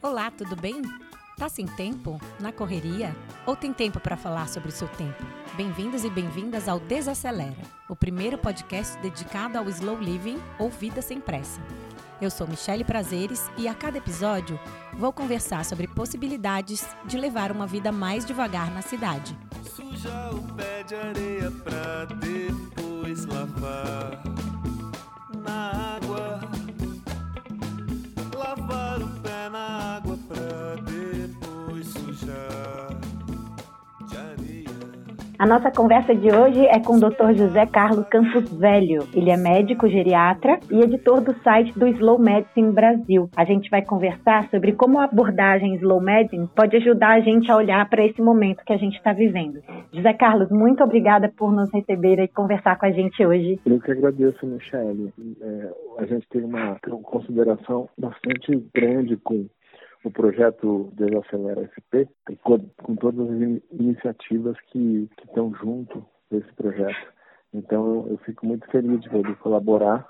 Olá, tudo bem? Tá sem tempo? Na correria? Ou tem tempo para falar sobre o seu tempo? Bem-vindos e bem-vindas ao Desacelera, o primeiro podcast dedicado ao slow living ou vida sem pressa. Eu sou Michele Prazeres e a cada episódio vou conversar sobre possibilidades de levar uma vida mais devagar na cidade. Suja o pé de areia pra depois lavar na água. Lavar o pé na água pra depois sujar de areia. A nossa conversa de hoje é com o Dr. José Carlos Campos Velho. Ele é médico geriatra e editor do site do Slow Medicine Brasil. A gente vai conversar sobre como a abordagem Slow Medicine pode ajudar a gente a olhar para esse momento que a gente está vivendo. José Carlos, muito obrigada por nos receber e conversar com a gente hoje. Eu que agradeço, Michele. A gente tem uma consideração bastante grande com o projeto Desacelera SP, com todas as iniciativas que estão junto desse projeto. Então, eu fico muito feliz de poder colaborar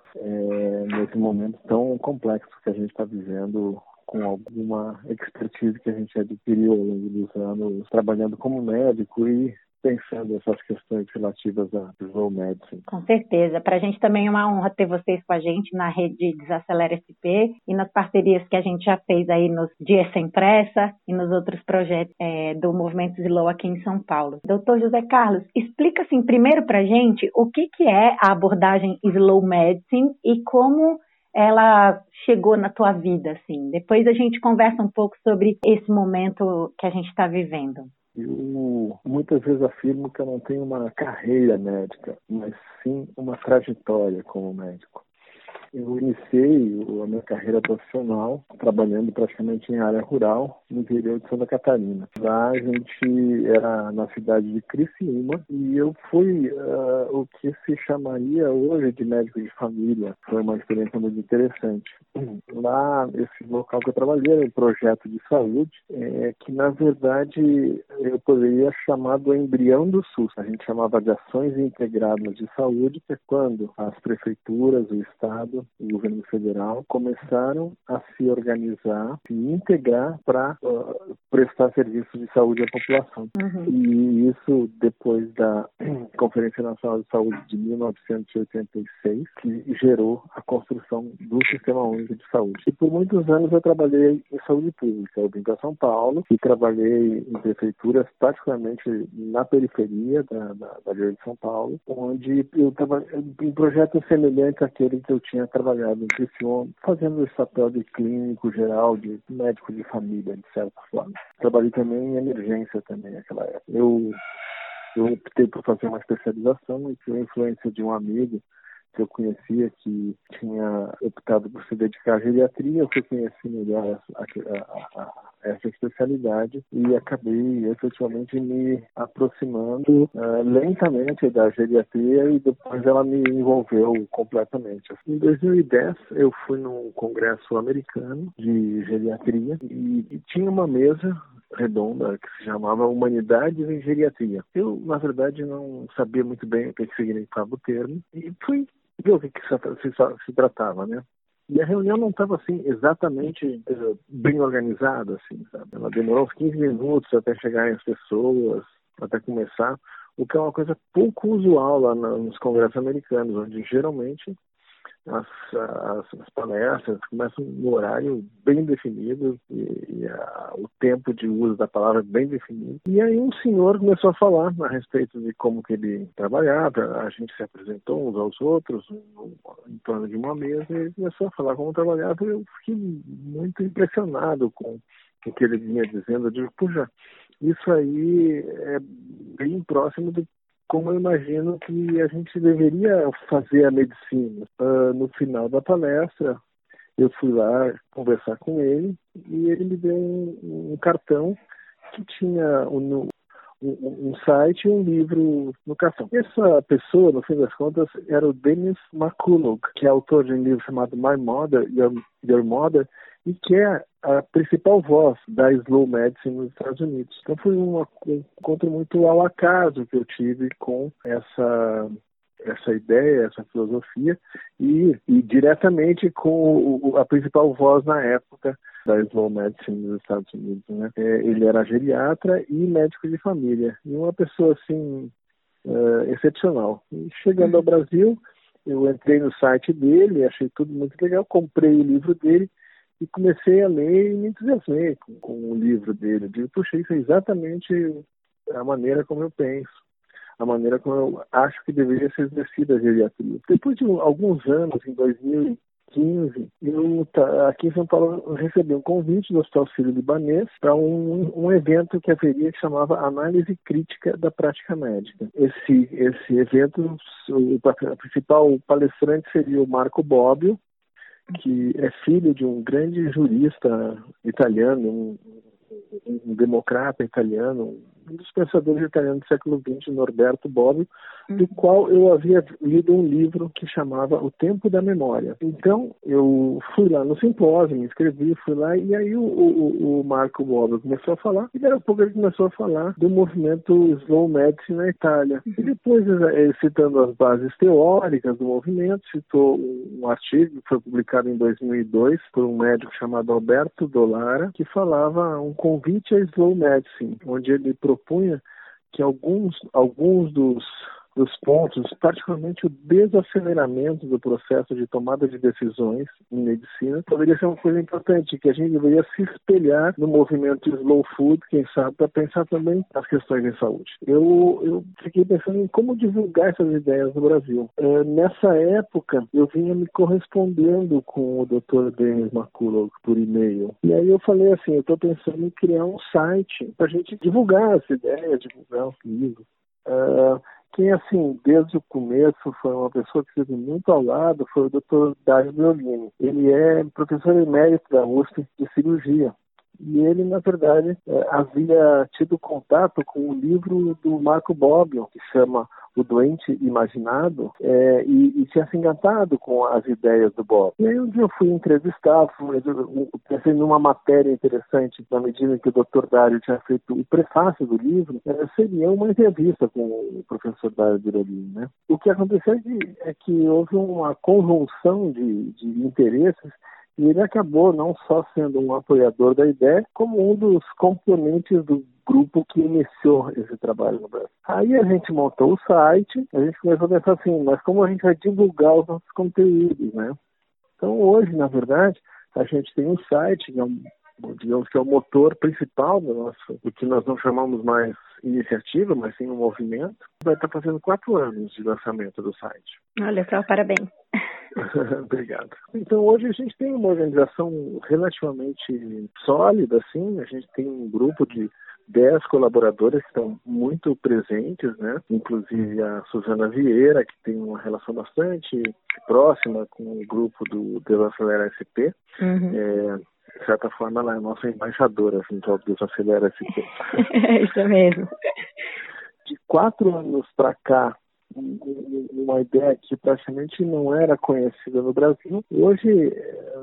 nesse momento tão complexo que a gente está vivendo, com alguma expertise que a gente adquiriu ao longo dos anos, trabalhando como médico e pensando essas questões relativas à Slow Medicine. Com certeza. Para a gente também é uma honra ter vocês com a gente na rede Desacelera SP e nas parcerias que a gente já fez aí nos Dias Sem Pressa e nos outros projetos do Movimento Slow aqui em São Paulo. Doutor José Carlos, explica assim primeiro para a gente o que é a abordagem Slow Medicine e como ela chegou na tua vida, assim. Depois a gente conversa um pouco sobre esse momento que a gente está vivendo. Eu muitas vezes afirmo que eu não tenho uma carreira médica, mas sim uma trajetória como médico. Eu iniciei a minha carreira profissional trabalhando praticamente em área rural no interior de Santa Catarina. Lá a gente era na cidade de Criciúma e eu fui o que se chamaria hoje de médico de família. Foi uma experiência muito interessante. Lá, esse local que eu trabalhei era um projeto de saúde que, na verdade, eu poderia chamar do embrião do SUS. A gente chamava de ações integradas de saúde, que é quando as prefeituras, o Estado, o governo federal começaram a se organizar, se integrar para prestar serviços de saúde à população. Uhum. E isso depois da Conferência Nacional de Saúde de 1986, que gerou a construção do Sistema Único de Saúde. E por muitos anos eu trabalhei em saúde pública. Eu vim para São Paulo e trabalhei em prefeituras, particularmente na periferia da Grande São Paulo, onde eu estava em projetos semelhantes àquele que eu tinha trabalhado em Criciúma, fazendo esse papel de clínico geral, de médico de família, de certa forma. Trabalhei também em emergência também naquela época. Eu optei por fazer uma especialização e por influência de um amigo que eu conhecia, que tinha optado por se dedicar à geriatria. Eu fui conhecer melhor essa especialidade e acabei efetivamente me aproximando lentamente da geriatria e depois ela me envolveu completamente. Em 2010 eu fui num congresso americano de geriatria e tinha uma mesa redonda que se chamava Humanidades em Geriatria. Eu, na verdade, não sabia muito bem o que significava o termo e fui ver o que se tratava, né? E a reunião não estava, assim, exatamente bem organizada, assim, sabe? Ela demorou uns 15 minutos até chegarem as pessoas, até começar, o que é uma coisa pouco usual lá nos congressos americanos, onde geralmente as palestras começam no horário bem definido e o tempo de uso da palavra bem definido. E aí um senhor começou a falar a respeito de como que ele trabalhava. A gente se apresentou uns aos outros em torno de uma mesa e ele começou a falar como trabalhava. Eu fiquei muito impressionado com o que ele vinha dizendo. Eu digo, puxa, isso aí é bem próximo do como eu imagino que a gente deveria fazer a medicina. No final da palestra, eu fui lá conversar com ele e ele me deu um cartão que tinha um site e um livro no cartão. Essa pessoa, no fim das contas, era o Dennis McCullough, que é autor de um livro chamado My Mother, Your Mother, e que é a principal voz da Slow Medicine nos Estados Unidos. Então foi um encontro muito ao acaso que eu tive com essa ideia, essa filosofia e diretamente com a principal voz na época da Slow Medicine nos Estados Unidos, né? Ele era geriatra e médico de família, e uma pessoa assim excepcional. E chegando ao Brasil, eu entrei no site dele, achei tudo muito legal, comprei o livro dele e comecei a ler e me entusiasmei com o livro dele. Eu digo, puxa, isso é exatamente a maneira como eu penso, a maneira como eu acho que deveria ser exercida a geriatria. Depois de alguns anos, em 2015, eu aqui em São Paulo recebi um convite do Hospital Sírio-Libanês para um evento que haveria, que chamava Análise Crítica da Prática Médica. Esse evento, o principal palestrante seria o Marco Bobbio, que é filho de um grande jurista italiano, um democrata italiano, um dos pensadores italianos do século XX, Norberto Bobbio, do qual eu havia lido um livro que chamava O Tempo da Memória. Então, eu fui lá no simpósio, me inscrevi, fui lá, e aí o Marco Bobbio começou a falar, e daí a pouco ele começou a falar do movimento Slow Medicine na Itália. E depois, citando as bases teóricas do movimento, citou um artigo que foi publicado em 2002 por um médico chamado Alberto Dollara, que falava um convite à Slow Medicine, onde ele propunha que alguns dos pontos, particularmente o desaceleramento do processo de tomada de decisões em medicina, poderia ser uma coisa importante, que a gente deveria se espelhar no movimento Slow Food, quem sabe, para pensar também nas questões de saúde. Eu fiquei pensando em como divulgar essas ideias no Brasil. Nessa época, eu vinha me correspondendo com o Dr. Denis McCullough por e-mail. E aí eu falei assim, eu estou pensando em criar um site para a gente divulgar essa ideia, divulgar os livros. Quem, assim, desde o começo foi uma pessoa que esteve muito ao lado foi o Dr. Dario Violini. Ele é professor emérito da USP de cirurgia. E ele, na verdade, havia tido contato com o livro do Marco Bobbio, que chama O Doente Imaginado, e tinha se encantado com as ideias do Bobbio. E aí um dia eu fui entrevistar, pensei numa matéria interessante, na medida em que o Dr. Dario tinha feito o prefácio do livro, seria uma entrevista com o professor Dario Birolini, né? O que aconteceu é que houve uma conjunção de interesses, e ele acabou não só sendo um apoiador da ideia, como um dos componentes do grupo que iniciou esse trabalho no Brasil. Aí a gente montou o site, a gente começou a pensar assim, mas como a gente vai divulgar os nossos conteúdos, né? Então hoje, na verdade, a gente tem um site, digamos que é o motor principal do que nós não chamamos mais iniciativa, mas sim um movimento. Vai estar fazendo 4 anos de lançamento do site. Olha só, parabéns. Obrigado. Então hoje a gente tem uma organização relativamente sólida, assim, a gente tem um grupo de 10 colaboradores que estão muito presentes, né? Inclusive a Suzana Vieira, que tem uma relação bastante próxima com o grupo do Desacelera SP. De certa forma, ela é a nossa embaixadora, assim, do Desacelera SP. É isso mesmo. De 4 anos para cá, uma ideia que praticamente não era conhecida no Brasil. Hoje,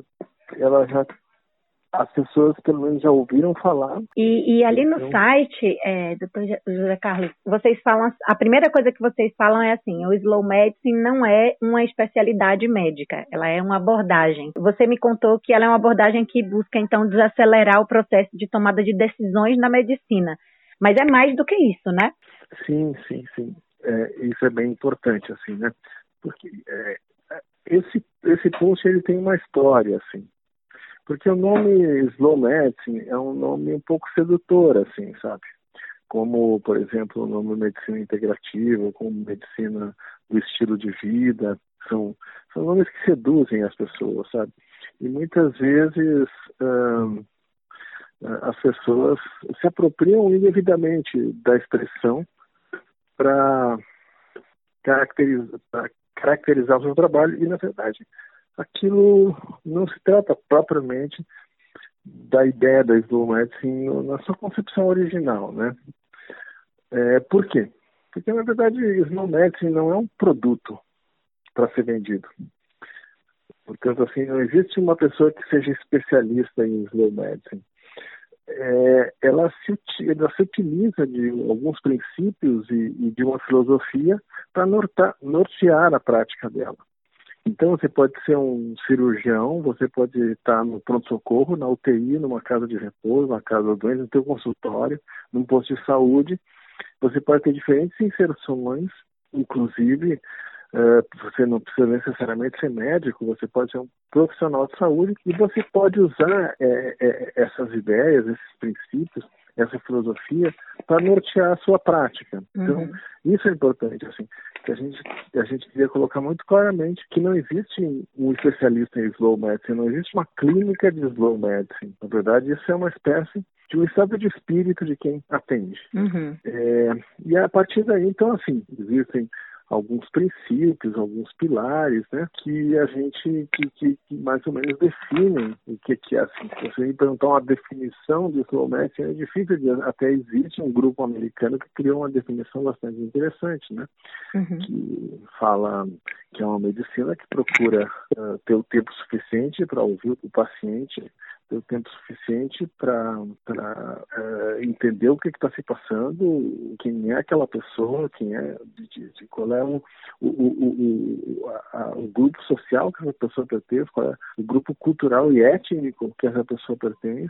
as pessoas pelo menos já ouviram falar. E ali no site, doutor José Carlos, vocês falam, a primeira coisa que vocês falam é assim, o Slow Medicine não é uma especialidade médica, ela é uma abordagem. Você me contou que ela é uma abordagem que busca, então, desacelerar o processo de tomada de decisões na medicina. Mas é mais do que isso, né? Sim. Isso é bem importante, assim, né? Porque esse post, ele tem uma história, assim. Porque o nome Slow Medicine é um nome um pouco sedutor, assim, sabe? Como, por exemplo, o nome Medicina Integrativa, como Medicina do Estilo de Vida. São nomes que seduzem as pessoas, sabe? E muitas vezes as pessoas se apropriam indevidamente da expressão para caracterizar o seu trabalho, e, na verdade, aquilo não se trata propriamente da ideia da Slow Medicine na sua concepção original, né? Por quê? Porque, na verdade, Slow Medicine não é um produto para ser vendido. Portanto, assim, não existe uma pessoa que seja especialista em Slow Medicine. Ela se utiliza de alguns princípios e de uma filosofia para nortear a prática dela. Então você pode ser um cirurgião, você pode estar no pronto-socorro, na UTI, numa casa de repouso, numa casa de doença, no teu consultório, num posto de saúde. Você pode ter diferentes inserções, inclusive você não precisa necessariamente ser médico, você pode ser um profissional de saúde e você pode usar essas ideias, esses princípios, essa filosofia para nortear a sua prática. Então, isso é importante, assim, que a gente queria colocar muito claramente que não existe um especialista em slow medicine, não existe uma clínica de slow medicine. Na verdade, isso é uma espécie de um estado de espírito de quem atende. E a partir daí, então, assim, existem alguns princípios, alguns pilares, né, que a gente, que mais ou menos definem o que é assim. Se você me perguntar uma definição de slow medicine, é difícil, até existe um grupo americano que criou uma definição bastante interessante, né, que fala que é uma medicina que procura ter o tempo suficiente para ouvir o paciente, ter o tempo suficiente para entender o que está se passando, quem é aquela pessoa, quem é, qual é o grupo social que essa pessoa pertence, qual é o grupo cultural e étnico que essa pessoa pertence,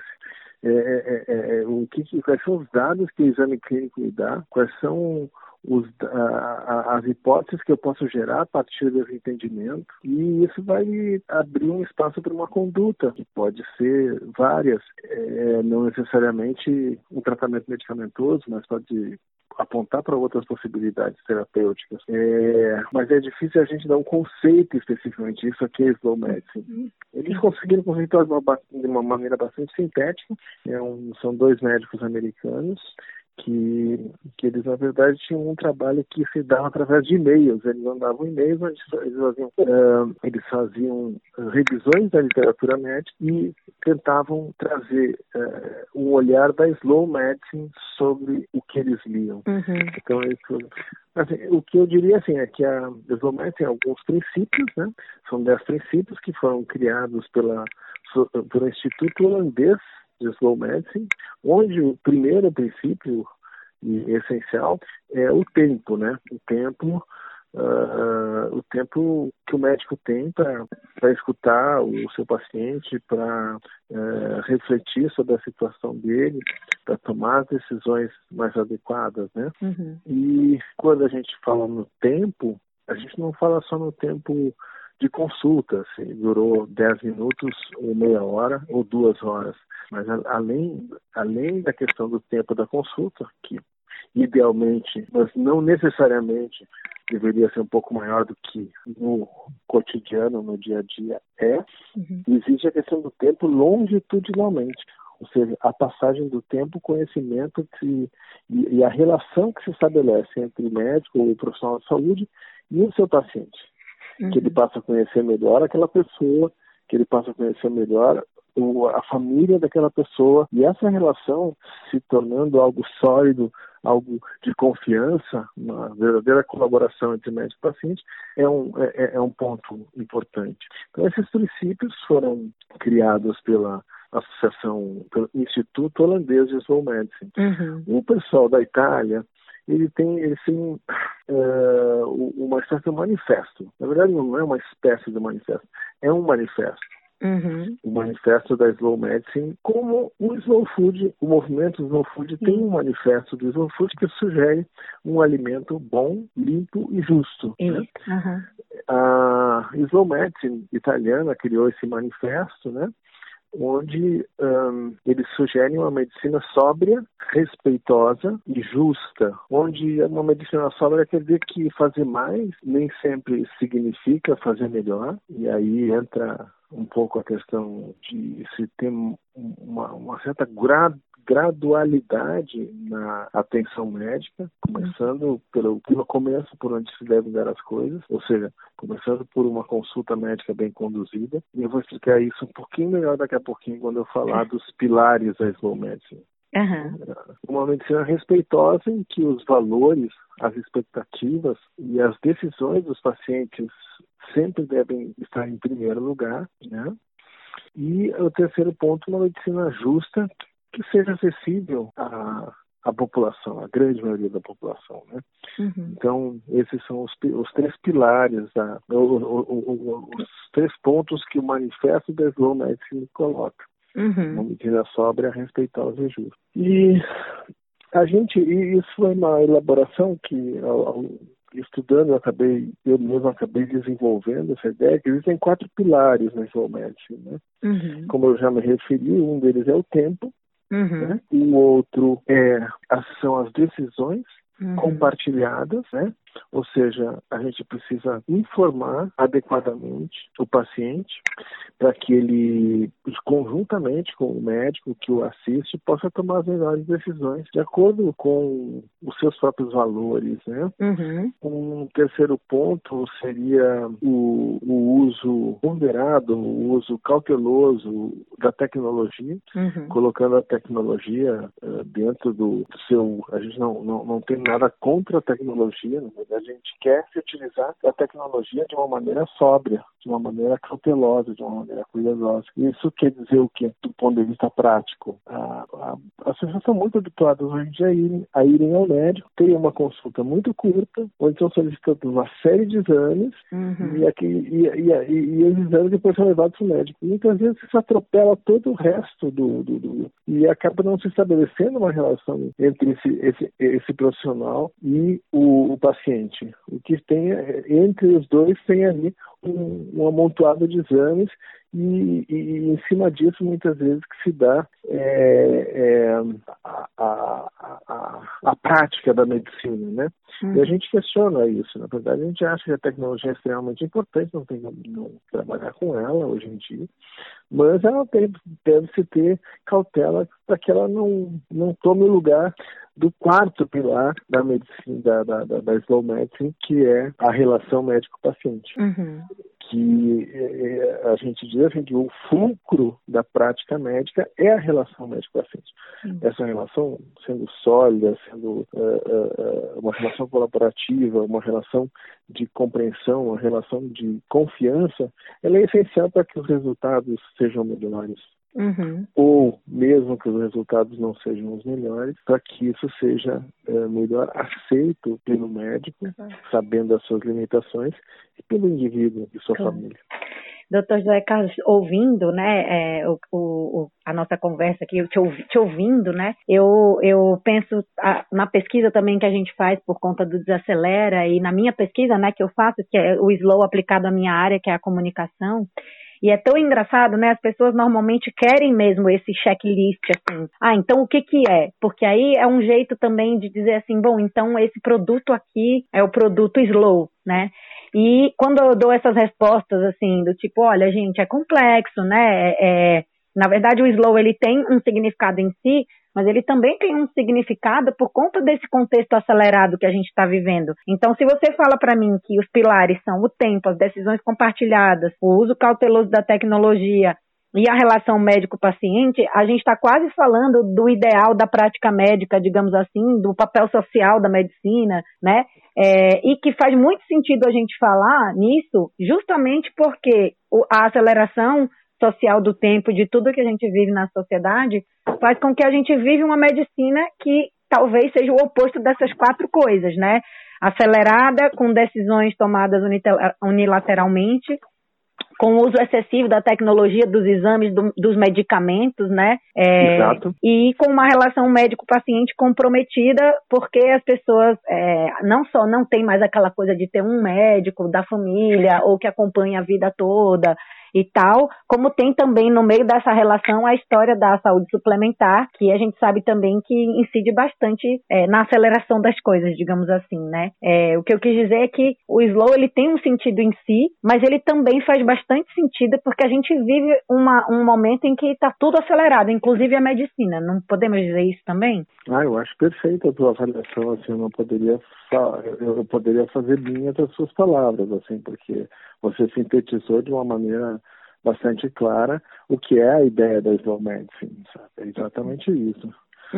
quais são os dados que o exame clínico me dá, quais são as hipóteses que eu posso gerar a partir desse entendimento, e isso vai abrir um espaço para uma conduta, que pode ser várias, não necessariamente um tratamento medicamentoso, mas pode apontar para outras possibilidades terapêuticas. Mas é difícil a gente dar um conceito especificamente. Isso aqui é slow medicine. Eles conseguiram conceituar de uma maneira bastante sintética. São dois médicos americanos que eles, na verdade, tinham um trabalho que se dava através de e-mails. Eles mandavam e-mails onde eles faziam revisões da literatura médica e tentavam trazer um olhar da slow medicine sobre o que eles liam. Então, assim, o que eu diria assim, é que a slow medicine tem alguns princípios, né? São 10 princípios que foram criados pelo Instituto Holandês de Slow Medicine, onde o primeiro princípio essencial é o tempo, né? O tempo que o médico tem para escutar o seu paciente, para refletir sobre a situação dele, para tomar as decisões mais adequadas, né? E quando a gente fala no tempo, a gente não fala só no tempo de consulta, se durou 10 minutos ou meia hora ou 2 horas. Mas além da questão do tempo da consulta, que idealmente, mas não necessariamente deveria ser um pouco maior do que no cotidiano, no dia a dia existe a questão do tempo longitudinalmente. Ou seja, a passagem do tempo, conhecimento e a relação que se estabelece entre o médico ou o profissional de saúde e o seu paciente. Que ele passa a conhecer melhor aquela pessoa, que ele passa a conhecer melhor a família daquela pessoa, e essa relação se tornando algo sólido, algo de confiança, uma verdadeira colaboração entre médico e paciente, é um ponto importante. Então, esses princípios foram criados pela pelo Instituto Holandês de Slow Medicine. O pessoal da Itália, ele tem uma espécie de manifesto. Na verdade, não é uma espécie de manifesto, é um manifesto. O manifesto da Slow Medicine, como o Slow Food, o movimento Slow Food tem um manifesto do Slow Food que sugere um alimento bom, limpo e justo. Né? A Slow Medicine italiana criou esse manifesto, né? Onde eles sugerem uma medicina sóbria, respeitosa e justa. Onde uma medicina sóbria quer dizer que fazer mais nem sempre significa fazer melhor. E aí entra um pouco a questão de se ter uma certa gradualidade na atenção médica, começando pelo começo, por onde se devem dar as coisas, ou seja, começando por uma consulta médica bem conduzida. E eu vou explicar isso um pouquinho melhor daqui a pouquinho, quando eu falar dos pilares da Slow Medicine. Uma medicina respeitosa em que os valores, as expectativas e as decisões dos pacientes sempre devem estar em primeiro lugar, né? E o terceiro ponto, uma medicina justa que seja acessível a a população, a grande maioria da população, né? Uhum. Então, esses são os 3 pilares, os 3 pontos que o manifesto da Slow Medicine coloca. Uma medida sóbria, respeitosa e justa. E isso foi uma elaboração que, estudando, eu mesmo acabei desenvolvendo essa ideia, que existem 4 pilares na Slow Medicine, né? Como eu já me referi, um deles é o tempo, né? O outro são as decisões compartilhadas, né? Ou seja, a gente precisa informar adequadamente o paciente para que ele, conjuntamente com o médico que o assiste, possa tomar as melhores decisões de acordo com os seus próprios valores, né? Um terceiro ponto seria o uso ponderado, o uso cauteloso da tecnologia, colocando a tecnologia dentro do seu... A gente não tem nada contra a tecnologia, na verdade, a gente quer se utilizar da tecnologia de uma maneira sóbria, de uma maneira cautelosa, de uma maneira cuidadosa. Isso quer dizer o quê? Do ponto de vista prático. As pessoas estão muito habituadas hoje em dia a irem ao médico, terem uma consulta muito curta, ou então solicitando uma série de exames, e os exames depois são levados para o médico. Muitas vezes isso atropela todo o resto e acaba não se estabelecendo uma relação entre esse profissional e o paciente. O que tem entre os dois tem ali um amontoado de exames e em cima disso muitas vezes que se dá a prática da medicina, né? E a gente questiona isso. Na verdade, a gente acha que a tecnologia é extremamente importante, não tem como trabalhar com ela hoje em dia, mas ela deve-se ter cautela para que ela não tome o lugar do 4º pilar da medicina, da Slow Medicine, que é a relação médico-paciente. Que a gente diz assim, que o fulcro da prática médica é a relação médico-paciente. Essa relação sendo sólida, sendo uma relação colaborativa, uma relação de compreensão, uma relação de confiança, ela é essencial para que os resultados sejam melhores. Ou mesmo que os resultados não sejam os melhores, para que isso seja melhor aceito pelo médico, sabendo as suas limitações, e pelo indivíduo e sua família. Doutor José Carlos, ouvindo, né, a nossa conversa aqui, te ouvindo, né, eu penso na pesquisa também que a gente faz por conta do Desacelera, e na minha pesquisa, né, que eu faço, que é o Slow aplicado à minha área, que é a comunicação. E é tão engraçado, né? As pessoas normalmente querem mesmo esse checklist, assim. Então o que é? Porque aí é um jeito também de dizer assim, bom, então esse produto aqui é o produto Slow, né? E quando eu dou essas respostas, assim, do tipo, olha, gente, é complexo, né? Na verdade, o Slow, ele tem um significado em si, mas ele também tem um significado por conta desse contexto acelerado que a gente está vivendo. Então, se você fala para mim que os pilares são o tempo, as decisões compartilhadas, o uso cauteloso da tecnologia e a relação médico-paciente, a gente está quase falando do ideal da prática médica, digamos assim, do papel social da medicina, né? E que faz muito sentido a gente falar nisso justamente porque a aceleração social do tempo, de tudo que a gente vive na sociedade, faz com que a gente vive uma medicina que talvez seja o oposto dessas 4 coisas, né? Acelerada, com decisões tomadas unilateralmente, com o uso excessivo da tecnologia, dos exames, dos medicamentos, né? Exato. E com uma relação médico-paciente comprometida, porque as pessoas não só não tem mais aquela coisa de ter um médico da família ou que acompanha a vida toda e tal, como tem também no meio dessa relação a história da saúde suplementar, que a gente sabe também que incide bastante na aceleração das coisas, digamos assim, né? O que eu quis dizer é que o Slow, ele tem um sentido em si, mas ele também faz bastante sentido porque a gente vive um momento em que está tudo acelerado, inclusive a medicina. Não podemos dizer isso também? Eu acho perfeita a tua avaliação, assim, eu poderia fazer minha das suas palavras, assim, porque você sintetizou de uma maneira bastante clara o que é a ideia da Slow Medicine, sabe? É exatamente isso.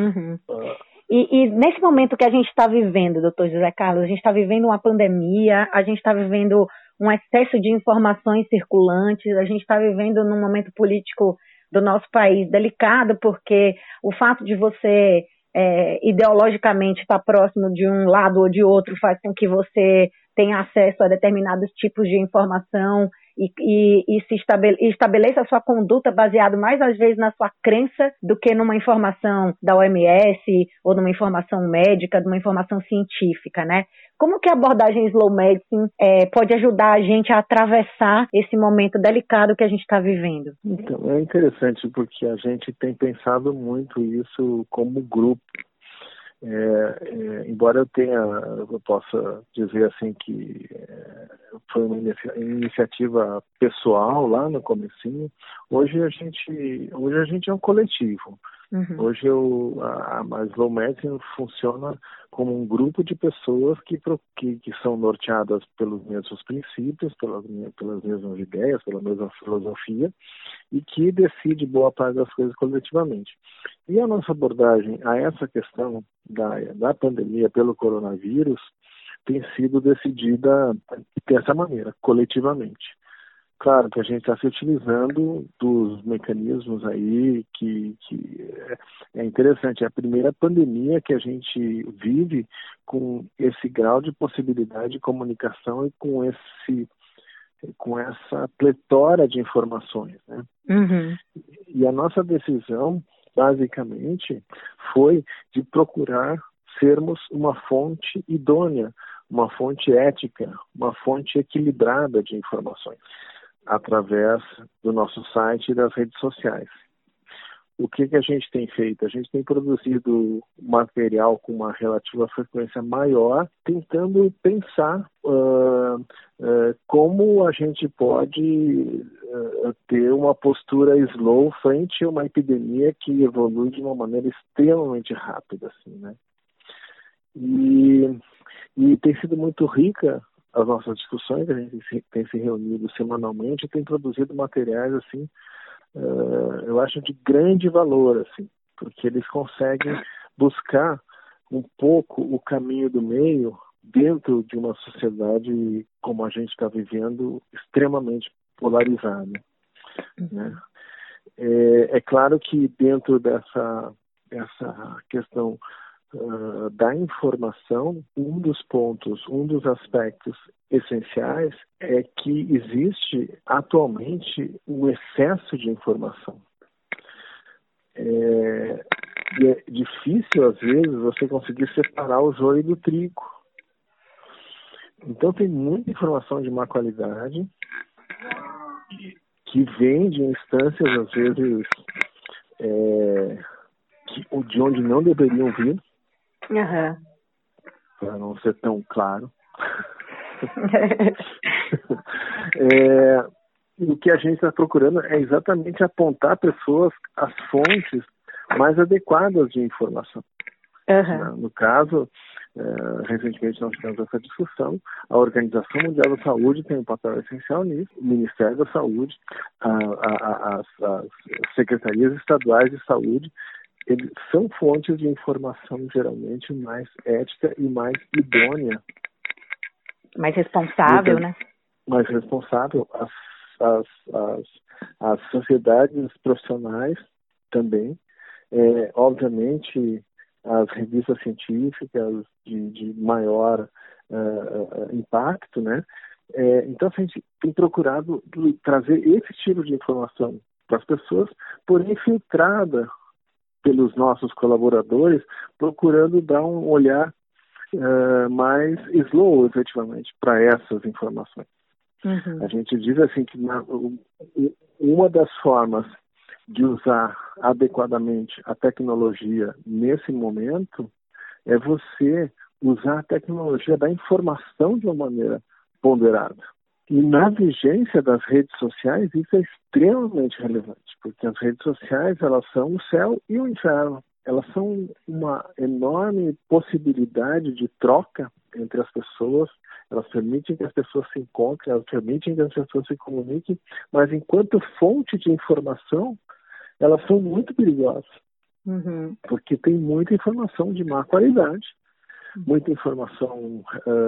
E nesse momento que a gente está vivendo, doutor José Carlos, a gente está vivendo uma pandemia, a gente está vivendo um excesso de informações circulantes, a gente está vivendo num momento político do nosso país delicado, porque o fato de você ideologicamente está próximo de um lado ou de outro faz com que você tenha acesso a determinados tipos de informação e estabeleça a sua conduta baseado mais às vezes na sua crença do que numa informação da OMS ou numa informação médica, numa informação científica, né? Como que a abordagem Slow Medicine pode ajudar a gente a atravessar esse momento delicado que a gente está vivendo? Então, é interessante porque a gente tem pensado muito isso como grupo. Embora eu possa dizer assim que foi uma iniciativa pessoal lá no comecinho, hoje a gente é um coletivo. Uhum. Hoje a Slow Medicine funciona como um grupo de pessoas que são norteadas pelos mesmos princípios, pelas mesmas ideias, pela mesma filosofia, e que decide boa parte das coisas coletivamente. E a nossa abordagem a essa questão da pandemia pelo coronavírus tem sido decidida dessa maneira, coletivamente. Claro que a gente está se utilizando dos mecanismos aí que é interessante. É a primeira pandemia que a gente vive com esse grau de possibilidade de comunicação e com essa pletora de informações, né? Uhum. E a nossa decisão, basicamente, foi de procurar sermos uma fonte idônea, uma fonte ética, uma fonte equilibrada de informações, através do nosso site e das redes sociais. O que a gente tem feito? A gente tem produzido material com uma relativa frequência maior, tentando pensar como a gente pode ter uma postura slow frente a uma epidemia que evolui de uma maneira extremamente rápida, assim, né? E tem sido muito rica as nossas discussões, a gente tem se reunido semanalmente e tem produzido materiais, assim, eu acho de grande valor, assim, porque eles conseguem buscar um pouco o caminho do meio dentro de uma sociedade como a gente está vivendo, extremamente polarizada, né? É claro que dentro dessa questão da informação, um dos aspectos essenciais é que existe atualmente um excesso de informação. E é difícil, às vezes, você conseguir separar o joio do trigo. Então, tem muita informação de má qualidade que vem de instâncias, às vezes, de onde não deveriam vir. Uhum. Para não ser tão claro. E o que a gente está procurando é exatamente apontar pessoas às fontes mais adequadas de informação. Uhum. No caso, recentemente nós tivemos essa discussão, a Organização Mundial da Saúde tem um papel essencial nisso, o Ministério da Saúde, as secretarias estaduais de saúde, eles são fontes de informação geralmente mais ética e mais idônea. Mais responsável, então, né? Mais responsável. As sociedades profissionais também. Obviamente, as revistas científicas de maior impacto, né? Então, a gente tem procurado trazer esse tipo de informação para as pessoas, porém filtrada pelos nossos colaboradores, procurando dar um olhar mais slow, efetivamente, para essas informações. Uhum. A gente diz assim que uma das formas de usar adequadamente a tecnologia nesse momento é você usar a tecnologia da informação de uma maneira ponderada. E na vigência das redes sociais, isso é extremamente relevante, porque as redes sociais, elas são o céu e o inferno. Elas são uma enorme possibilidade de troca entre as pessoas, elas permitem que as pessoas se encontrem, elas permitem que as pessoas se comuniquem, mas enquanto fonte de informação, elas são muito perigosas, porque tem muita informação de má qualidade, muita informação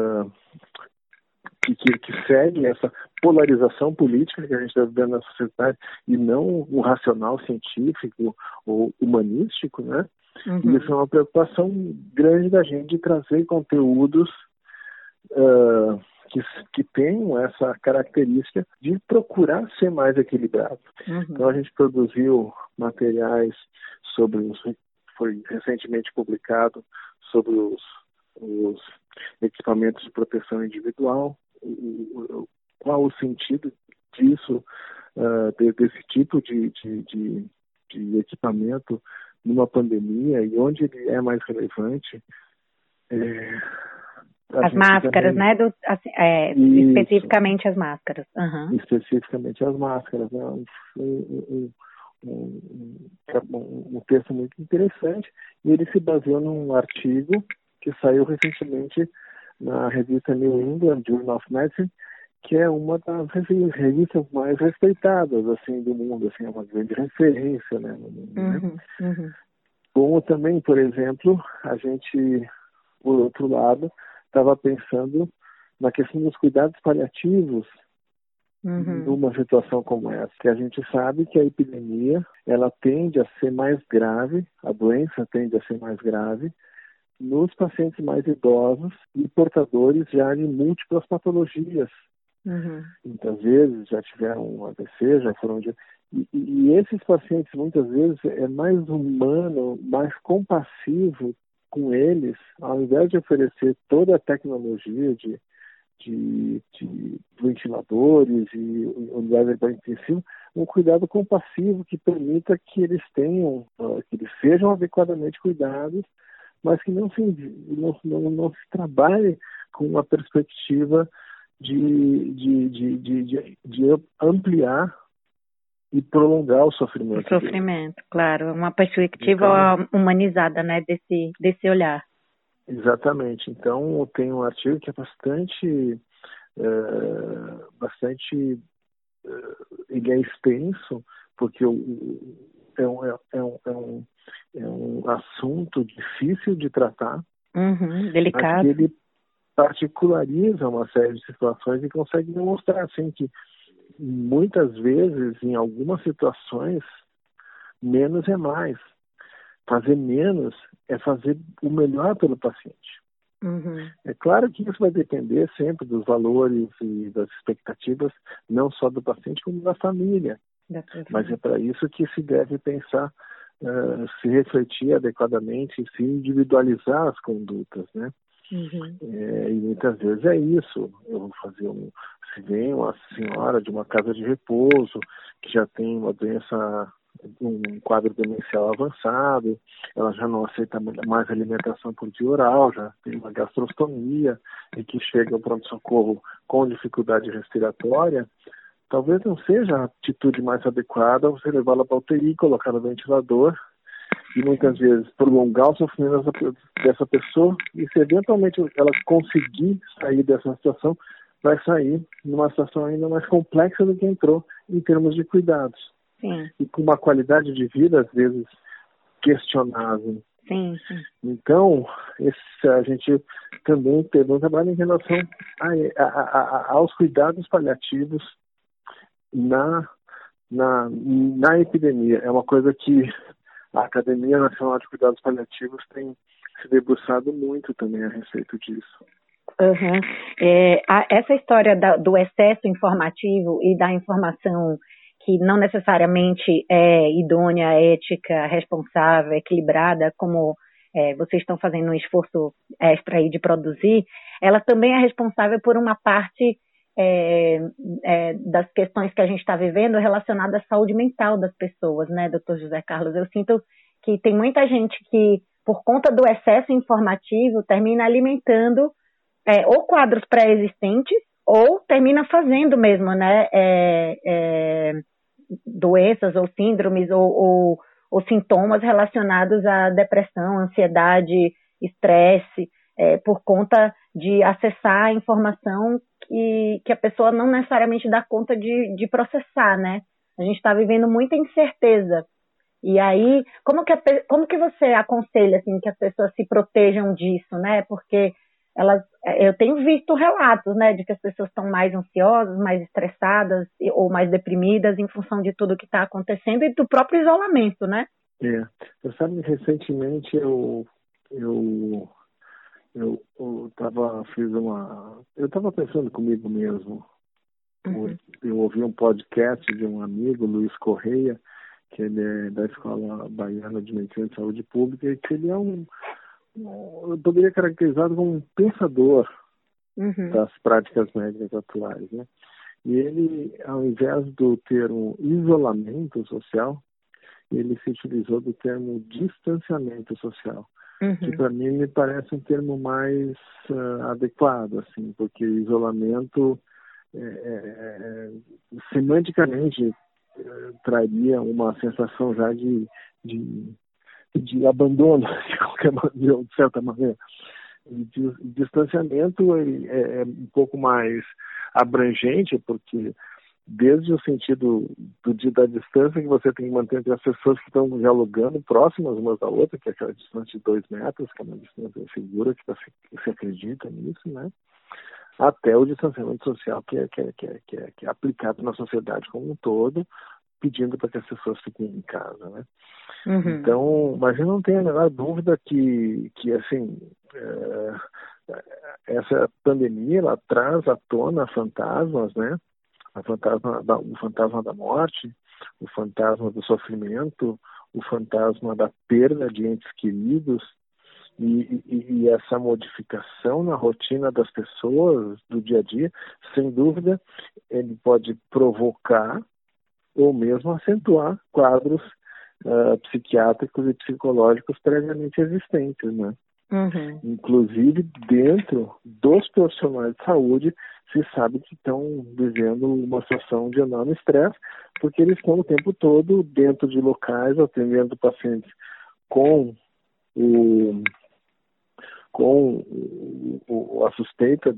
que segue essa polarização política que a gente está vivendo na sociedade e não o racional científico ou humanístico, né? E isso é uma preocupação grande da gente, de trazer conteúdos que tenham essa característica de procurar ser mais equilibrado. Então a gente produziu materiais foi recentemente publicado sobre os equipamentos de proteção individual, qual o sentido disso, desse tipo de equipamento numa pandemia e onde ele é mais relevante. As máscaras, também, né? Especificamente as máscaras. Especificamente as máscaras. Né? Um texto muito interessante, e ele se baseou num artigo que saiu recentemente na revista New England Journal of Medicine, que é uma das revistas mais respeitadas assim do mundo, assim, é uma grande referência, né, no mundo, né? Como também, por exemplo, a gente, por outro lado, estava pensando na questão dos cuidados paliativos numa situação como essa, que a gente sabe que a epidemia, ela tende a ser mais grave, a doença tende a ser mais grave nos pacientes mais idosos e portadores já de múltiplas patologias. Muitas vezes já tiveram um AVC, já foram e esses pacientes muitas vezes é mais humano, mais compassivo com eles, ao invés de oferecer toda a tecnologia de ventiladores e unidades de intensivo, um cuidado compassivo que permita que eles tenham, que eles sejam adequadamente cuidados, mas que não se trabalhe com uma perspectiva de ampliar e prolongar o sofrimento. O sofrimento, dele. Claro, uma perspectiva então, humanizada, né, desse olhar. Exatamente. Então, tem um artigo que é ele é extenso, porque é um assunto difícil de tratar, delicado. Mas que ele particulariza uma série de situações e consegue demonstrar assim que muitas vezes, em algumas situações, menos é mais. Fazer menos é fazer o melhor pelo paciente. É claro que isso vai depender sempre dos valores e das expectativas, não só do paciente, como da família. Mas é para isso que se deve pensar, se refletir adequadamente, se individualizar as condutas, né? E muitas vezes é isso. Eu vou fazer se vem uma senhora de uma casa de repouso que já tem uma doença, um quadro demencial avançado, ela já não aceita mais alimentação por via oral, já tem uma gastrostomia e que chega ao pronto-socorro com dificuldade respiratória, talvez não seja a atitude mais adequada você levá-la para a UTI, colocar no ventilador e muitas vezes prolongar o sofrimento dessa pessoa, e se eventualmente ela conseguir sair dessa situação, vai sair numa situação ainda mais complexa do que entrou em termos de cuidados. E com uma qualidade de vida, às vezes, questionável. Então, a gente também teve um trabalho em relação aos cuidados paliativos na epidemia. É uma coisa que a Academia Nacional de Cuidados Paliativos tem se debruçado muito também a respeito disso. Essa história do excesso informativo e da informação que não necessariamente é idônea, ética, responsável, equilibrada, como vocês estão fazendo um esforço extra aí de produzir, ela também é responsável por uma parte das questões que a gente está vivendo relacionadas à saúde mental das pessoas, né, doutor José Carlos? Eu sinto que tem muita gente que, por conta do excesso informativo, termina alimentando ou quadros pré-existentes ou termina fazendo mesmo, né, doenças ou síndromes ou sintomas relacionados à depressão, ansiedade, estresse, por conta de acessar a informação que a pessoa não necessariamente dá conta de processar, né? A gente está vivendo muita incerteza. E aí, como que você aconselha assim, que as pessoas se protejam disso, né? Porque eu tenho visto relatos, né, de que as pessoas estão mais ansiosas, mais estressadas ou mais deprimidas em função de tudo que está acontecendo e do próprio isolamento, né? Você sabe, recentemente eu estava pensando comigo mesmo. Eu ouvi um podcast de um amigo, Luiz Correia, que ele é da Escola Baiana de Medicina e Saúde Pública, e que ele é eu poderia caracterizá-lo como um pensador das práticas médicas atuais, né? E ele, ao invés do termo isolamento social, ele se utilizou do termo distanciamento social, que para mim me parece um termo mais adequado, assim, porque isolamento semanticamente traria uma sensação já de abandono, de certa maneira. E distanciamento é um pouco mais abrangente, porque desde o sentido da distância que você tem que manter entre as pessoas que estão dialogando próximas umas da outra, que é aquela distância de 2 metros, que é uma distância segura, que se acredita nisso, né? Até o distanciamento social que é aplicado na sociedade como um todo, pedindo para que as pessoas fiquem em casa, né? Então, mas eu não tenho a menor dúvida que assim, essa pandemia, ela traz à tona fantasmas, né? O fantasma da morte, o fantasma do sofrimento, o fantasma da perda de entes queridos, e essa modificação na rotina das pessoas, do dia a dia, sem dúvida, ele pode provocar ou mesmo acentuar quadros psiquiátricos e psicológicos previamente existentes, né? Inclusive, dentro dos profissionais de saúde, se sabe que estão vivendo uma situação de enorme estresse, porque eles estão o tempo todo dentro de locais, atendendo pacientes com a suspeita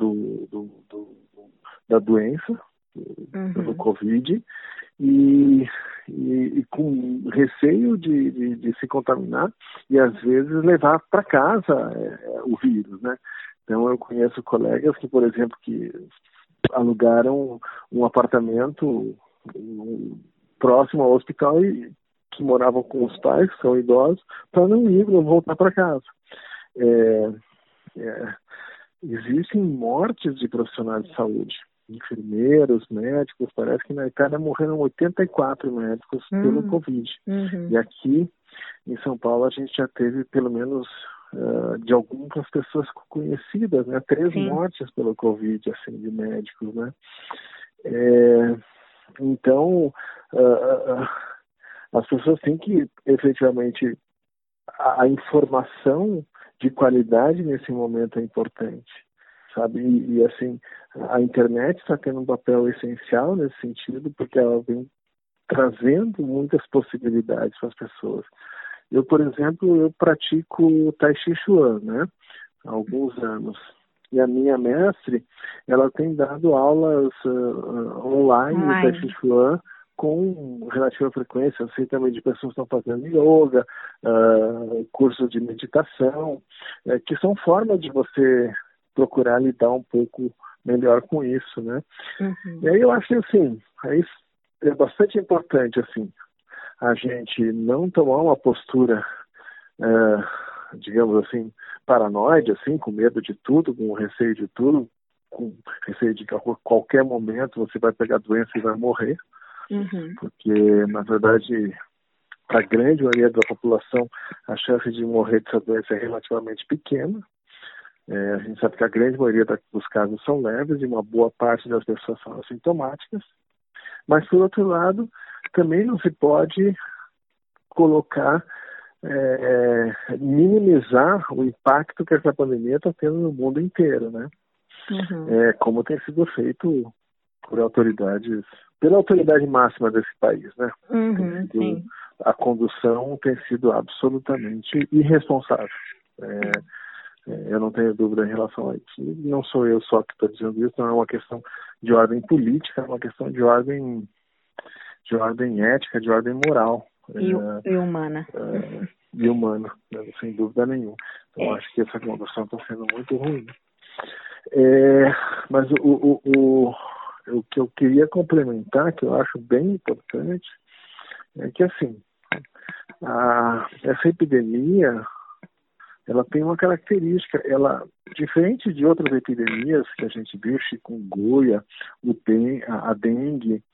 da doença, do Covid, e com receio de se contaminar e, às vezes, levar para casa o vírus, né? Então, eu conheço colegas que, por exemplo, que alugaram um apartamento próximo ao hospital e que moravam com os pais, que são idosos, para não voltar para casa. Existem mortes de profissionais de saúde, enfermeiros, médicos. Parece que na Itália morreram 84 médicos pelo Covid. E aqui em São Paulo a gente já teve pelo menos de algumas pessoas conhecidas, né? 3 mortes pelo Covid, assim, de médicos, né? Então, as pessoas têm que, efetivamente, a informação de qualidade nesse momento é importante, sabe? E assim, a internet está tendo um papel essencial nesse sentido, porque ela vem trazendo muitas possibilidades para as pessoas. Eu, por exemplo, eu pratico Tai Chi Chuan, né? Há alguns anos. E a minha mestre, ela tem dado aulas online de Tai Chi Chuan com relativa frequência. Eu sei também de pessoas que estão fazendo yoga, cursos de meditação, que são formas de você procurar lidar um pouco melhor com isso, né? E aí eu acho que, assim, é bastante importante, assim, a gente não tomar uma postura, digamos assim, paranoide, assim, com medo de tudo, com receio de tudo, com receio de que a qualquer momento você vai pegar a doença e vai morrer, porque, na verdade, para a grande maioria da população, a chance de morrer dessa doença é relativamente pequena. A gente sabe que a grande maioria dos casos são leves e uma boa parte das pessoas são assintomáticas. Mas, por outro lado, também não se pode colocar, minimizar o impacto que essa pandemia está tendo no mundo inteiro, né? Como tem sido feito pela autoridade máxima desse país, né? A condução tem sido absolutamente irresponsável. Eu não tenho dúvida em relação a isso. Não sou eu só que estou dizendo isso, não é uma questão de ordem política, é uma questão de ordem ética, de ordem moral. E humana. E humana, sem dúvida nenhuma. Então, acho que essa condução está sendo muito ruim. Mas o que eu queria complementar, que eu acho bem importante, é que, assim, essa epidemia, ela tem uma característica, ela, diferente de outras epidemias que a gente viu, chikungunya, a dengue,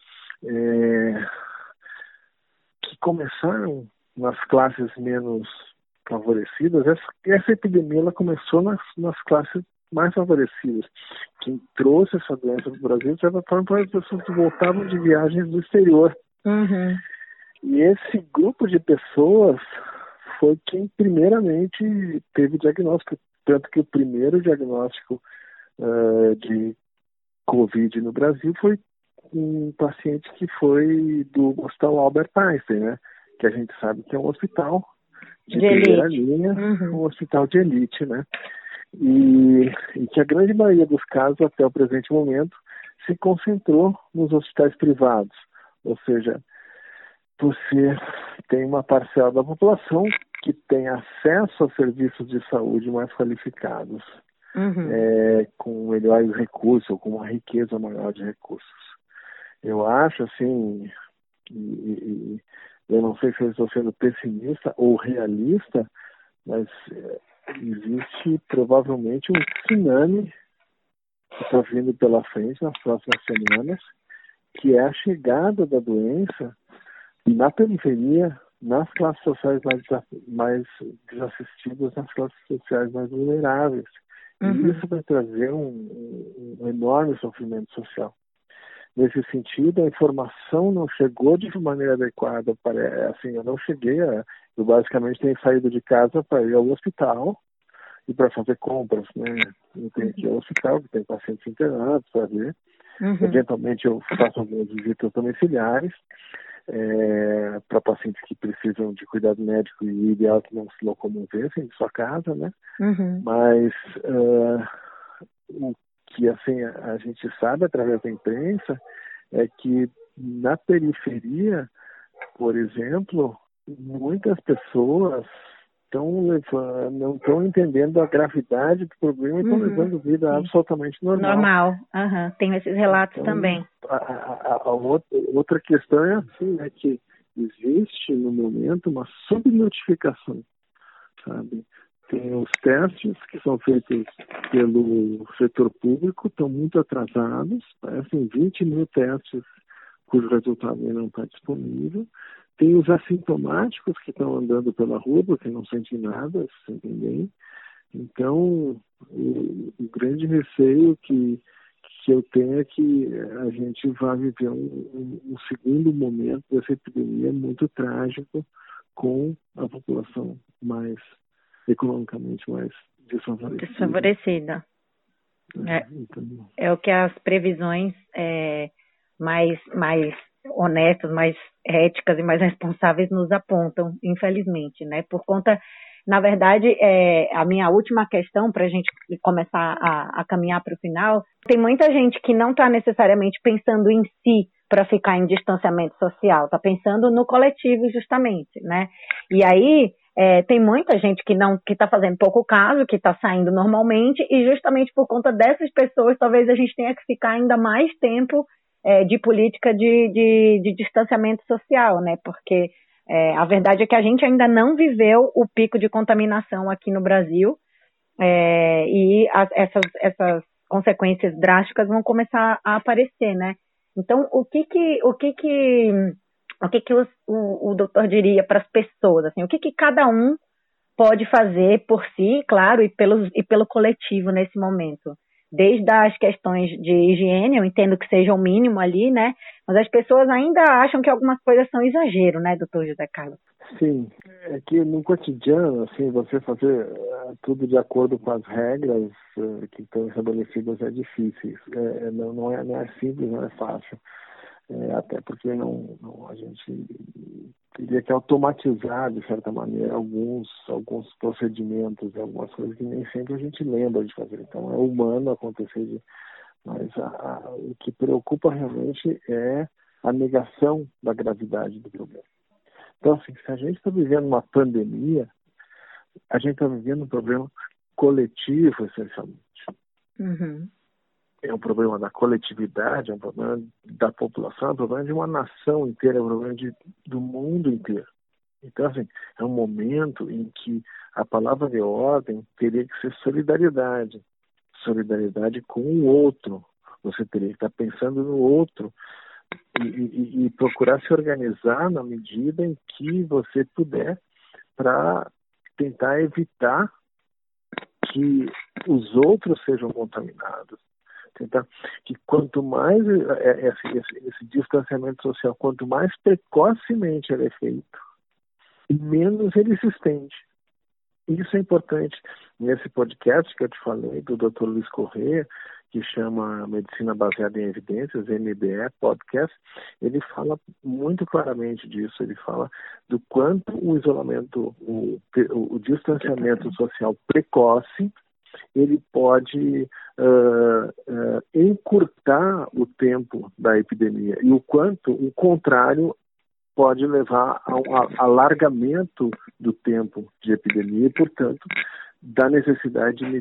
que começaram nas classes menos favorecidas, essa epidemia ela começou nas classes mais favorecidas. Quem trouxe essa doença para o Brasil, de certa forma, as pessoas que voltavam de viagens do exterior. Uhum. E esse grupo de pessoas foi quem primeiramente teve diagnóstico, tanto que o primeiro diagnóstico de Covid no Brasil foi um paciente que foi do Hospital Albert Einstein, né? Que a gente sabe que é um hospital de primeira linha, um hospital de elite, né? E que a grande maioria dos casos, até o presente momento, se concentrou nos hospitais privados. Ou seja, você tem uma parcela da população que tem acesso a serviços de saúde mais qualificados, com melhores recursos, ou com uma riqueza maior de recursos. Eu acho, assim, eu não sei se eu estou sendo pessimista ou realista, mas existe provavelmente um tsunami que está vindo pela frente nas próximas semanas, que é a chegada da doença na periferia, nas classes sociais mais desassistidas, nas classes sociais mais vulneráveis. E isso vai trazer um enorme sofrimento social. Nesse sentido, a informação não chegou de maneira adequada. Assim, eu basicamente tenho saído de casa para ir ao hospital e para fazer compras, né? Eu tenho que ir ao hospital, que tem pacientes internados para ver. Eventualmente eu faço algumas visitas domiciliares para pacientes que precisam de cuidado médico e ideal que não se locomovessem de sua casa, né? Mas o que assim a gente sabe através da imprensa é que na periferia, por exemplo, muitas pessoas não estão entendendo a gravidade do problema e estão levando vida absolutamente normal. Tem esses relatos também. A outra questão é assim, né, que existe no momento uma subnotificação, sabe? Tem os testes que são feitos pelo setor público, estão muito atrasados, parecem 20 mil testes cujo resultado ainda não está disponível. Tem os assintomáticos que estão andando pela rua porque não sentem nada, se sentem bem. Então, o grande receio que eu tenho é que a gente vai viver um segundo momento dessa epidemia muito trágico com a população mais economicamente mais desfavorecida. É o que as previsões mais honestas, mais éticas e mais responsáveis nos apontam, infelizmente, né? Por conta, na verdade, a minha última questão para a gente começar a caminhar para o final, tem muita gente que não está necessariamente pensando em si para ficar em distanciamento social, está pensando no coletivo justamente, né? E aí tem muita gente que está fazendo pouco caso, que está saindo normalmente, e justamente por conta dessas pessoas, talvez a gente tenha que ficar ainda mais tempo de política de distanciamento social, né? Porque a verdade é que a gente ainda não viveu o pico de contaminação aqui no Brasil, e essas consequências drásticas vão começar a aparecer, né? Então, o que o doutor diria para as pessoas, assim, o que cada um pode fazer por si, claro, e pelo coletivo nesse momento? Desde as questões de higiene, eu entendo que seja o mínimo ali, né? Mas as pessoas ainda acham que algumas coisas são exagero, né, doutor José Carlos? Sim, é que no cotidiano, assim, você fazer tudo de acordo com as regras que estão estabelecidas é difícil. Não é simples, não é fácil. Até porque a gente teria que automatizar, de certa maneira, alguns procedimentos, algumas coisas que nem sempre a gente lembra de fazer. Então, é humano acontecer, mas o que preocupa realmente é a negação da gravidade do problema. Então, assim, se a gente está vivendo uma pandemia, a gente está vivendo um problema coletivo, essencialmente. É um problema da coletividade, é um problema da população, é um problema de uma nação inteira, é um problema do mundo inteiro. Então, assim, é um momento em que a palavra de ordem teria que ser solidariedade. Solidariedade com o outro. Você teria que estar pensando no outro e procurar se organizar na medida em que você puder para tentar evitar que os outros sejam contaminados. Tentar que quanto mais esse distanciamento social, quanto mais precocemente ele é feito, menos ele se estende. Isso é importante. Nesse podcast que eu te falei, do Dr. Luiz Corrêa, que chama Medicina Baseada em Evidências, MBE Podcast, ele fala muito claramente disso. Ele fala do quanto o isolamento, o distanciamento social precoce, ele pode encurtar o tempo da epidemia, e o quanto o contrário pode levar a um alargamento do tempo de epidemia e, portanto, da necessidade de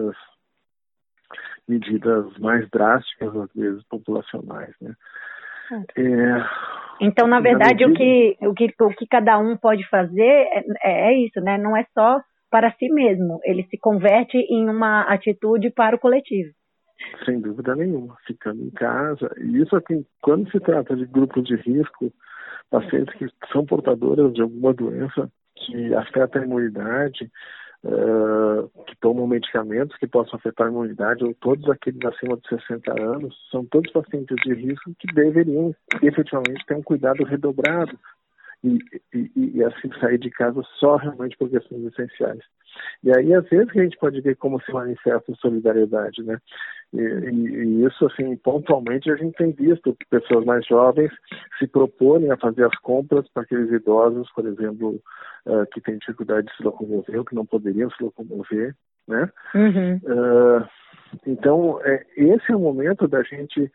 medidas mais drásticas, às vezes, populacionais, né? Então, na verdade, o que cada um pode fazer é isso, né? Não é só para si mesmo, ele se converte em uma atitude para o coletivo. Sem dúvida nenhuma, ficando em casa. E isso aqui, quando se trata de grupos de risco, pacientes que são portadoras de alguma doença que afeta a imunidade, que tomam medicamentos que possam afetar a imunidade, ou todos aqueles acima de 60 anos, são todos pacientes de risco que deveriam efetivamente ter um cuidado redobrado e assim sair de casa só realmente por questões essenciais. E aí, às vezes, a gente pode ver como se manifesta a solidariedade, né? E isso, assim, pontualmente, a gente tem visto pessoas mais jovens se proporem a fazer as compras para aqueles idosos, por exemplo, que têm dificuldade de se locomover ou que não poderiam se locomover, né? Uhum. Então, esse é o momento da gente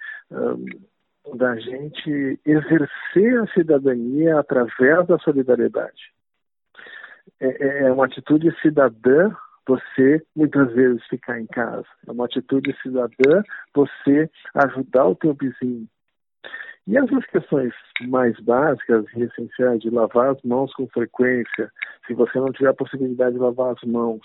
exercer a cidadania através da solidariedade. É uma atitude cidadã você, muitas vezes, ficar em casa. É uma atitude cidadã você ajudar o teu vizinho. E essas questões mais básicas e essenciais de lavar as mãos com frequência, se você não tiver a possibilidade de lavar as mãos,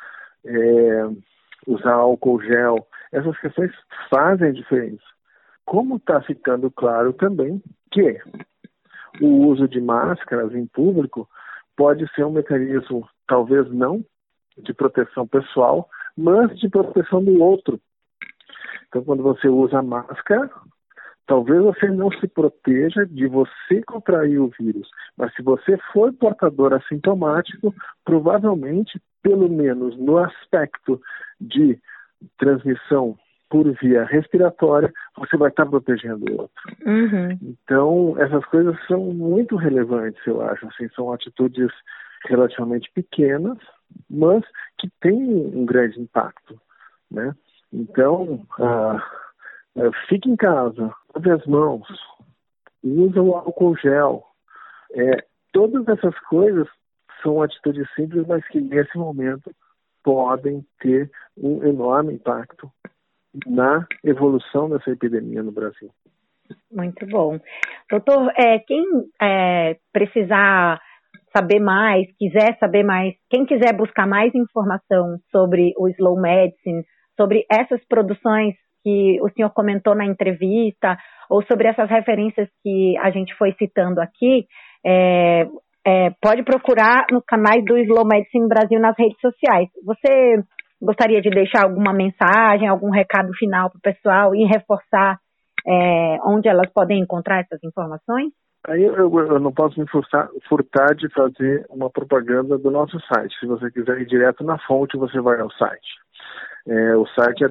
usar álcool gel, essas questões fazem diferença. Como está ficando claro também que o uso de máscaras em público pode ser um mecanismo, talvez não de proteção pessoal, mas de proteção do outro. Então, quando você usa a máscara, talvez você não se proteja de você contrair o vírus, mas se você for portador assintomático, provavelmente, pelo menos no aspecto de transmissão por via respiratória, você vai estar protegendo o outro. Uhum. Então, essas coisas são muito relevantes, eu acho. Assim, são atitudes relativamente pequenas, mas que têm um grande impacto, né? Então, fique em casa, lave as mãos, usa o álcool gel. Todas essas coisas são atitudes simples, mas que nesse momento podem ter um enorme impacto na evolução dessa epidemia no Brasil. Muito bom. Doutor, quem precisar saber mais, quiser saber mais, quem quiser buscar mais informação sobre o Slow Medicine, sobre essas produções que o senhor comentou na entrevista, ou sobre essas referências que a gente foi citando aqui, pode procurar nos canais do Slow Medicine Brasil nas redes sociais. Você gostaria de deixar alguma mensagem, algum recado final para o pessoal e reforçar onde elas podem encontrar essas informações? Aí eu não posso me furtar de fazer uma propaganda do nosso site. Se você quiser ir direto na fonte, você vai ao site. O site é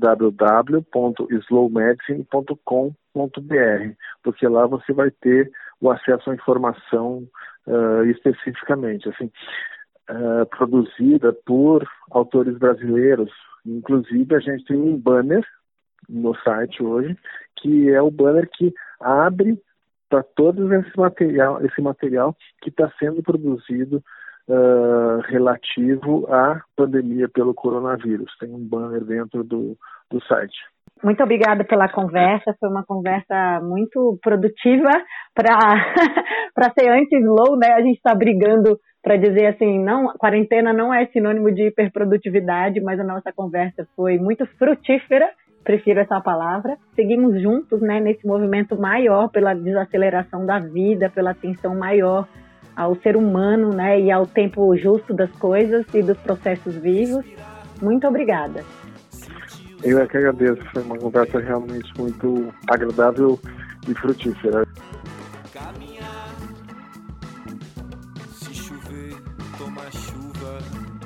www.slowmedicine.com.br, porque lá você vai ter o acesso à informação especificamente, assim, produzida por autores brasileiros. Inclusive, a gente tem um banner no site hoje, que é o banner que abre para todo esse material que está sendo produzido relativo à pandemia pelo coronavírus. Tem um banner dentro do site. Muito obrigada pela conversa, foi uma conversa muito produtiva para ser anti-slow, né? A gente está brigando para dizer assim, não, quarentena não é sinônimo de hiperprodutividade, mas a nossa conversa foi muito frutífera, prefiro essa palavra. Seguimos juntos, né, nesse movimento maior pela desaceleração da vida, pela atenção maior ao ser humano, né, e ao tempo justo das coisas e dos processos vivos. Muito obrigada. Eu é que agradeço, foi uma conversa realmente muito agradável e frutífera. Caminhar, se chover, tomar chuva,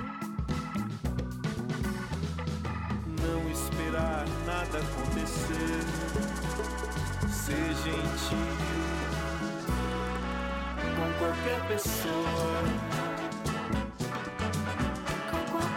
não esperar nada acontecer, ser gentil com qualquer pessoa.